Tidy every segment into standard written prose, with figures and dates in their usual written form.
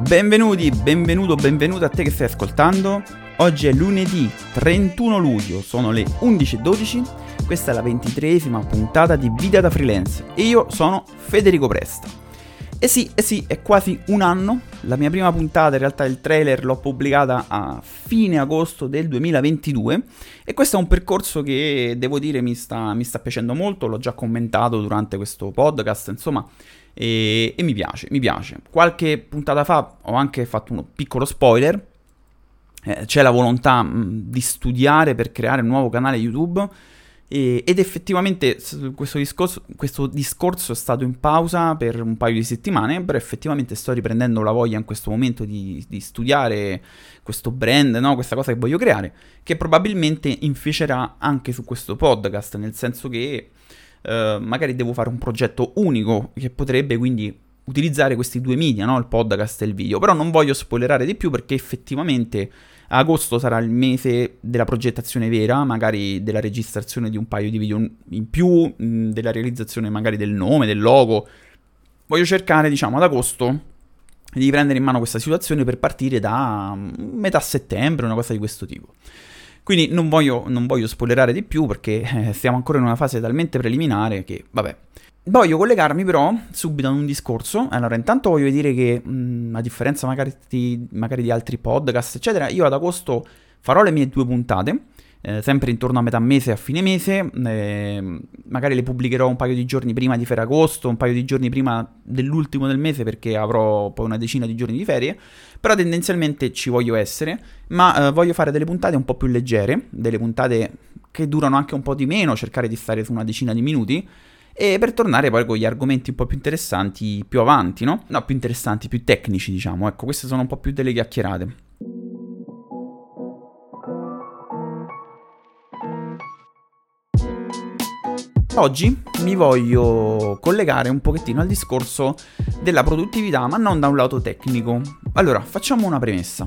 Benvenuto a te che stai ascoltando. Oggi è lunedì 31 luglio, sono le 11:12. Questa è la 23esima puntata di Vita da Freelance e io sono Federico Presta. E sì, è quasi un anno. La mia prima puntata, in realtà il trailer l'ho pubblicata a fine agosto del 2022 e questo è un percorso che devo dire mi sta piacendo molto, l'ho già commentato durante questo podcast, insomma, e mi piace. Qualche puntata fa ho anche fatto un piccolo spoiler, c'è la volontà di studiare per creare un nuovo canale YouTube. Ed effettivamente questo discorso è stato in pausa per un paio di settimane, però effettivamente sto riprendendo la voglia in questo momento di studiare questo brand, no? Questa cosa che voglio creare, che probabilmente inficerà anche su questo podcast, nel senso che magari devo fare un progetto unico che potrebbe quindi utilizzare questi due media, no? Il podcast e il video, però non voglio spoilerare di più perché effettivamente agosto sarà il mese della progettazione vera, magari della registrazione di un paio di video in più, della realizzazione magari del nome, del logo. Voglio cercare, ad agosto di prendere in mano questa situazione per partire da metà settembre, una cosa di questo tipo. Quindi non voglio spoilerare di più perché siamo ancora in una fase talmente preliminare che, vabbè. Voglio collegarmi però subito a un discorso. Allora, intanto voglio dire che a differenza magari di altri podcast, eccetera, io ad agosto farò le mie 2 puntate, sempre intorno a metà mese, a fine mese, magari le pubblicherò un paio di giorni prima di Ferragosto, un paio di giorni prima dell'ultimo del mese perché avrò poi una decina di giorni di ferie, però tendenzialmente ci voglio essere, ma voglio fare delle puntate un po' più leggere, delle puntate che durano anche un po' di meno, cercare di stare su una decina di minuti, e per tornare poi con gli argomenti un po' più interessanti più avanti, no? No, più interessanti, più tecnici, ecco, queste sono un po' più delle chiacchierate. Oggi mi voglio collegare un pochettino al discorso della produttività, ma non da un lato tecnico. Allora, facciamo una premessa.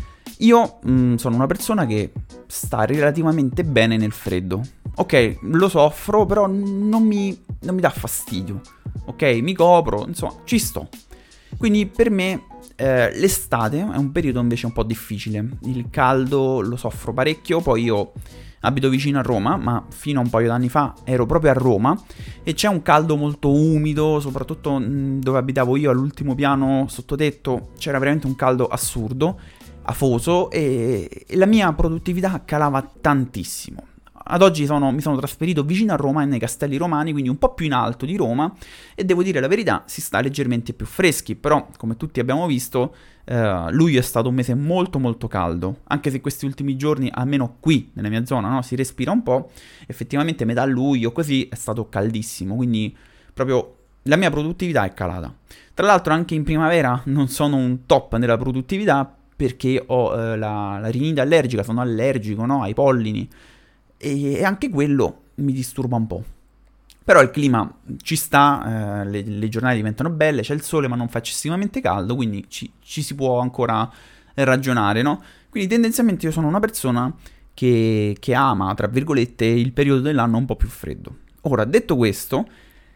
Io sono una persona che sta relativamente bene nel freddo. Ok, lo soffro, però non mi dà fastidio. Ok, mi copro, insomma, ci sto. Quindi per me l'estate è un periodo invece un po' difficile. Il caldo lo soffro parecchio, poi io abito vicino a Roma, ma fino a un paio d'anni fa ero proprio a Roma e c'è un caldo molto umido, soprattutto dove abitavo io all'ultimo piano sottotetto c'era veramente un caldo assurdo, afoso, e la mia produttività calava tantissimo. Ad oggi mi sono trasferito vicino a Roma, nei Castelli Romani, quindi un po' più in alto di Roma, e devo dire la verità, si sta leggermente più freschi, però come tutti abbiamo visto luglio è stato un mese molto molto caldo, anche se questi ultimi giorni, almeno qui nella mia zona, no, si respira un po', effettivamente metà luglio così è stato caldissimo, quindi proprio la mia produttività è calata. Tra l'altro anche in primavera non sono un top nella produttività perché ho la rinite allergica, sono allergico, no, ai pollini, e anche quello mi disturba un po'. Però il clima ci sta, le giornate diventano belle, c'è il sole ma non fa eccessivamente caldo, quindi ci si può ancora ragionare, no? Quindi tendenzialmente io sono una persona che ama, tra virgolette, il periodo dell'anno un po' più freddo. Ora, detto questo,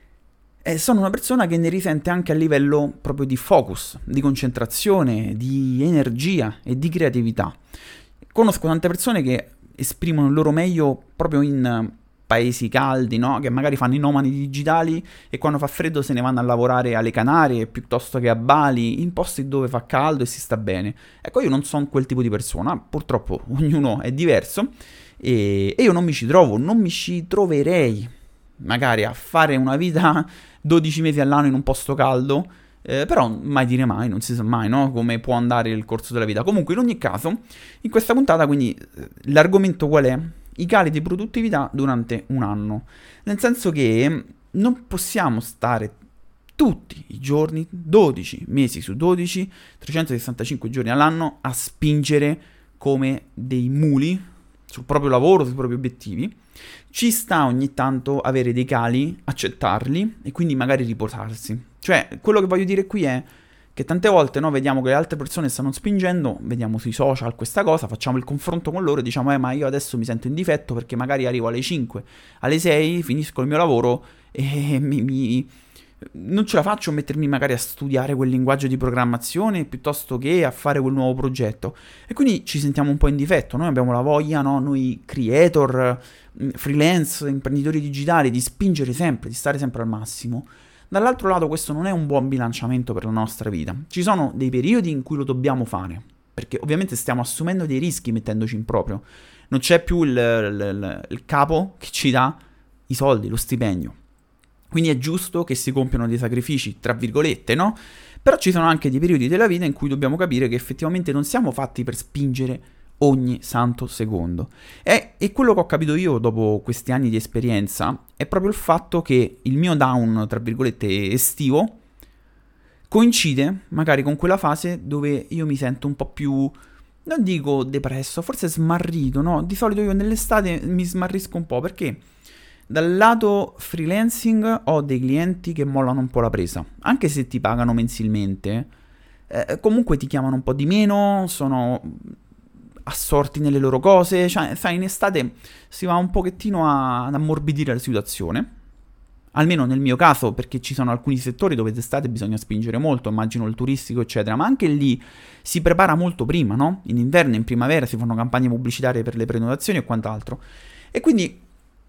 sono una persona che ne risente anche a livello proprio di focus, di concentrazione, di energia e di creatività. Conosco tante persone che esprimono il loro meglio proprio in paesi caldi, no? Che magari fanno i nomadi digitali e quando fa freddo se ne vanno a lavorare alle Canarie piuttosto che a Bali, in posti dove fa caldo e si sta bene. Ecco, io non sono quel tipo di persona, purtroppo ognuno è diverso e io non mi ci troverei magari a fare una vita 12 mesi all'anno in un posto caldo. Però mai dire mai, non si sa mai, no? Come può andare il corso della vita. Comunque, in ogni caso, in questa puntata, quindi, l'argomento qual è? I cali di produttività durante un anno. Nel senso che non possiamo stare tutti i giorni, 12 mesi su 12, 365 giorni all'anno, a spingere come dei muli sul proprio lavoro, sui propri obiettivi. Ci sta ogni tanto avere dei cali, accettarli e quindi magari riposarsi. Cioè, quello che voglio dire qui è che tante volte, no, vediamo che le altre persone stanno spingendo, vediamo sui social questa cosa, facciamo il confronto con loro e diciamo ma io adesso mi sento in difetto perché magari arrivo alle 5, alle 6, finisco il mio lavoro e mi non ce la faccio a mettermi magari a studiare quel linguaggio di programmazione piuttosto che a fare quel nuovo progetto. E quindi ci sentiamo un po' in difetto. Noi abbiamo la voglia, no? Noi creator, freelance, imprenditori digitali, di spingere sempre, di stare sempre al massimo. Dall'altro lato questo non è un buon bilanciamento per la nostra vita. Ci sono dei periodi in cui lo dobbiamo fare, perché ovviamente stiamo assumendo dei rischi mettendoci in proprio. Non c'è più il capo che ci dà i soldi, lo stipendio. Quindi è giusto che si compiano dei sacrifici, tra virgolette, no? Però ci sono anche dei periodi della vita in cui dobbiamo capire che effettivamente non siamo fatti per spingere ogni santo secondo. E quello che ho capito io dopo questi anni di esperienza è proprio il fatto che il mio down, tra virgolette, estivo, coincide magari con quella fase dove io mi sento un po' più, non dico depresso, forse smarrito, no? Di solito io nell'estate mi smarrisco un po' perché dal lato freelancing ho dei clienti che mollano un po' la presa, anche se ti pagano mensilmente, comunque ti chiamano un po' di meno, sono assorti nelle loro cose, cioè sai, in estate si va un pochettino ad ammorbidire la situazione, almeno nel mio caso, perché ci sono alcuni settori dove d'estate bisogna spingere molto, immagino il turistico eccetera, ma anche lì si prepara molto prima, no? In inverno, in primavera si fanno campagne pubblicitarie per le prenotazioni e quant'altro, e quindi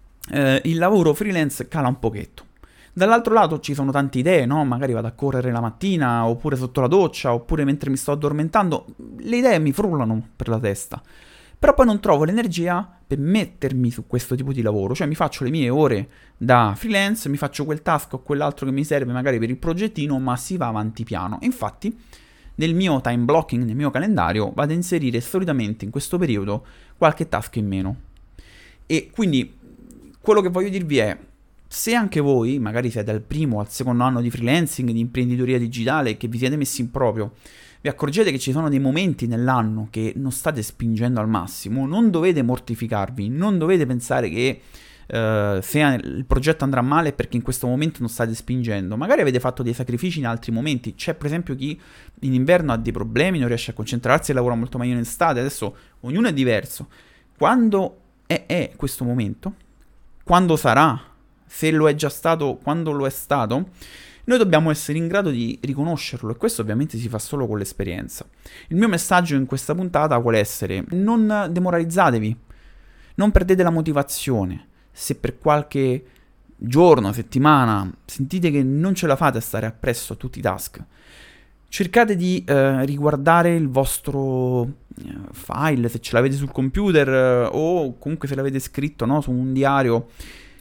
il lavoro freelance cala un pochetto. Dall'altro lato ci sono tante idee, no? Magari vado a correre la mattina, oppure sotto la doccia, oppure mentre mi sto addormentando, le idee mi frullano per la testa. Però poi non trovo l'energia per mettermi su questo tipo di lavoro, cioè mi faccio le mie ore da freelance, mi faccio quel task o quell'altro che mi serve magari per il progettino, ma si va avanti piano. Infatti, nel mio time blocking, nel mio calendario, vado a inserire solitamente in questo periodo qualche task in meno. E quindi quello che voglio dirvi è, se anche voi, magari siete al primo o al secondo anno di freelancing, di imprenditoria digitale, che vi siete messi in proprio, vi accorgete che ci sono dei momenti nell'anno che non state spingendo al massimo, non dovete mortificarvi, non dovete pensare che se il progetto andrà male è perché in questo momento non state spingendo. Magari avete fatto dei sacrifici in altri momenti. C'è per esempio chi in inverno ha dei problemi, non riesce a concentrarsi e lavora molto meglio in estate. Adesso ognuno è diverso. Quando è questo momento, quando sarà, se lo è già stato, quando lo è stato, noi dobbiamo essere in grado di riconoscerlo, e questo ovviamente si fa solo con l'esperienza. Il mio messaggio in questa puntata vuole essere: non demoralizzatevi, non perdete la motivazione. Se per qualche giorno, settimana sentite che non ce la fate a stare appresso a tutti i task, cercate di riguardare il vostro file, se ce l'avete sul computer o comunque se l'avete scritto, no, su un diario,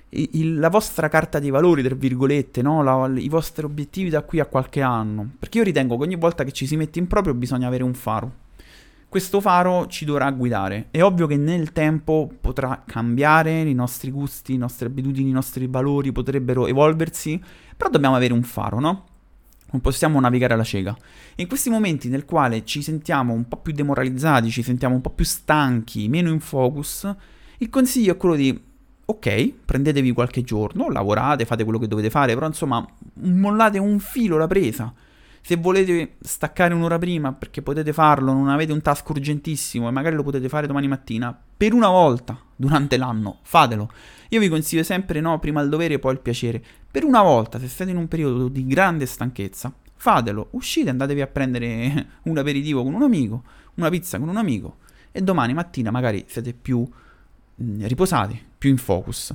la vostra carta dei valori, tra virgolette, no? I vostri obiettivi da qui a qualche anno. Perché io ritengo che ogni volta che ci si mette in proprio bisogna avere un faro. Questo faro ci dovrà guidare. È ovvio che nel tempo potrà cambiare, i nostri gusti, le nostre abitudini, i nostri valori potrebbero evolversi, però dobbiamo avere un faro, no? Non possiamo navigare alla cieca. E in questi momenti nel quale ci sentiamo un po' più demoralizzati, ci sentiamo un po' più stanchi, meno in focus, il consiglio è quello di: ok, prendetevi qualche giorno, lavorate, fate quello che dovete fare, però insomma mollate un filo la presa. Se volete staccare un'ora prima perché potete farlo, non avete un task urgentissimo e magari lo potete fare domani mattina, per una volta durante l'anno fatelo. Io vi consiglio sempre, no, prima il dovere e poi il piacere. Per una volta, se siete in un periodo di grande stanchezza, fatelo, uscite, andatevi a prendere un aperitivo con un amico, una pizza con un amico, e domani mattina magari siete più riposati, più in focus.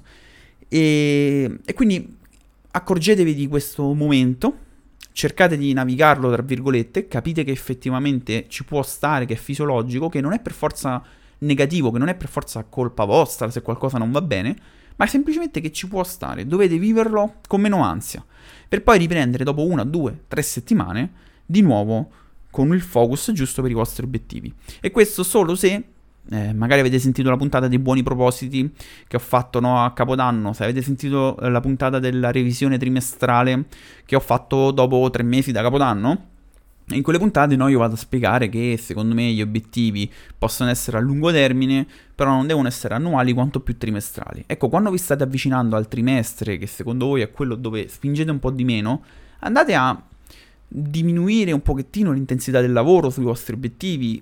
E quindi accorgetevi di questo momento, cercate di navigarlo, tra virgolette, capite che effettivamente ci può stare, che è fisiologico, che non è per forza negativo, che non è per forza colpa vostra se qualcosa non va bene, ma è semplicemente che ci può stare. Dovete viverlo con meno ansia, per poi riprendere dopo 1, 2, 3 settimane di nuovo con il focus giusto per i vostri obiettivi. E questo solo se magari avete sentito la puntata dei buoni propositi che ho fatto, no, a Capodanno, se avete sentito la puntata della revisione trimestrale che ho fatto dopo 3 mesi da Capodanno. In quelle puntate, no, io vado a spiegare che secondo me gli obiettivi possono essere a lungo termine, però non devono essere annuali quanto più trimestrali. Ecco, quando vi state avvicinando al trimestre, che secondo voi è quello dove spingete un po' di meno, andate a diminuire un pochettino l'intensità del lavoro sui vostri obiettivi,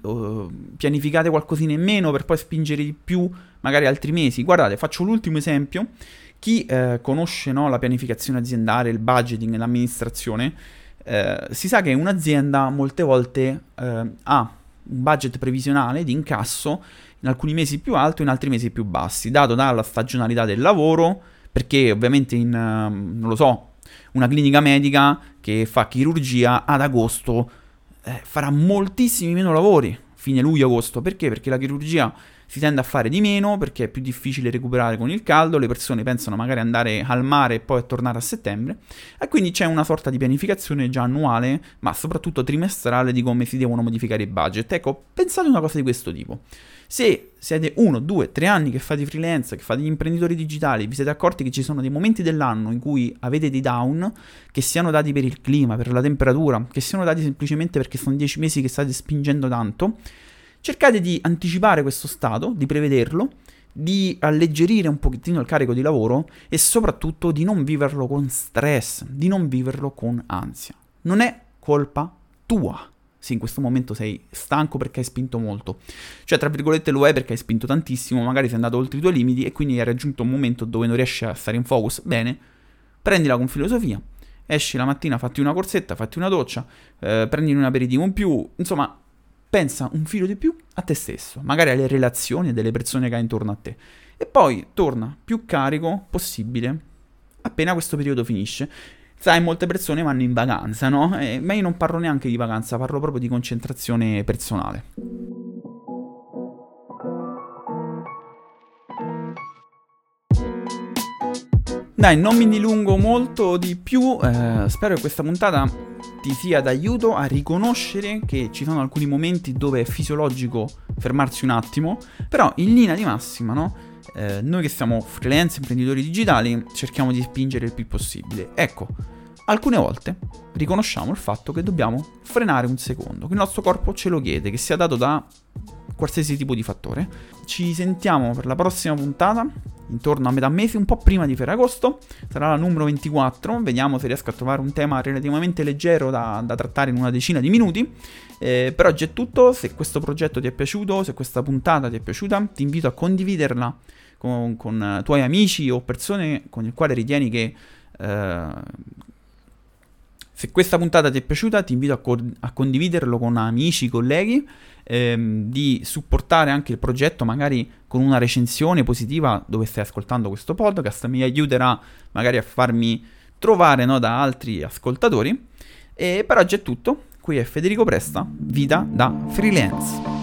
pianificate qualcosina in meno per poi spingere di più magari altri mesi. Guardate, faccio l'ultimo esempio, Chi conosce, no, la pianificazione aziendale, il budgeting, l'amministrazione, si sa che un'azienda molte volte ha un budget previsionale di incasso in alcuni mesi più alto, in altri mesi più bassi, dato dalla stagionalità del lavoro, perché ovviamente non lo so, una clinica medica che fa chirurgia ad agosto farà moltissimi meno lavori, fine luglio-agosto. Perché? Perché la chirurgia si tende a fare di meno, perché è più difficile recuperare con il caldo, le persone pensano magari andare al mare e poi a tornare a settembre, e quindi c'è una sorta di pianificazione già annuale, ma soprattutto trimestrale, di come si devono modificare i budget. Ecco, pensate una cosa di questo tipo. Se siete 1, 2, 3 anni che fate freelance, che fate gli imprenditori digitali, vi siete accorti che ci sono dei momenti dell'anno in cui avete dei down, che siano dati per il clima, per la temperatura, che siano dati semplicemente perché sono 10 mesi che state spingendo tanto, cercate di anticipare questo stato, di prevederlo, di alleggerire un pochettino il carico di lavoro e soprattutto di non viverlo con stress, di non viverlo con ansia. Non è colpa tua se in questo momento sei stanco perché hai spinto molto. Cioè, tra virgolette, lo è perché hai spinto tantissimo, magari sei andato oltre i tuoi limiti e quindi hai raggiunto un momento dove non riesci a stare in focus. Bene, prendila con filosofia, esci la mattina, fatti una corsetta, fatti una doccia, prendi un aperitivo in più, insomma, pensa un filo di più a te stesso, magari alle relazioni e delle persone che hai intorno a te. E poi torna più carico possibile appena questo periodo finisce. Sai, molte persone vanno in vacanza, no? Ma io non parlo neanche di vacanza, parlo proprio di concentrazione personale. Dai, non mi dilungo molto di più, spero che questa puntata ti sia d'aiuto a riconoscere che ci sono alcuni momenti dove è fisiologico fermarsi un attimo, però in linea di massima, no? Noi che siamo freelance, imprenditori digitali, cerchiamo di spingere il più possibile. Ecco, alcune volte riconosciamo il fatto che dobbiamo frenare un secondo, che il nostro corpo ce lo chiede, che sia dato da qualsiasi tipo di fattore. Ci sentiamo per la prossima puntata, intorno a metà mese, un po' prima di Ferragosto, sarà la numero 24, vediamo se riesco a trovare un tema relativamente leggero da trattare in una decina di minuti. Per oggi è tutto. Se questo progetto ti è piaciuto, se questa puntata ti è piaciuta, ti invito a condividerla con tuoi amici o persone con il quale ritieni che... Se questa puntata ti è piaciuta, ti invito a condividerlo con amici, colleghi, di supportare anche il progetto magari con una recensione positiva dove stai ascoltando questo podcast. Mi aiuterà magari a farmi trovare, no, da altri ascoltatori. E per oggi è tutto. Qui è Federico Presta, Vita da Freelance.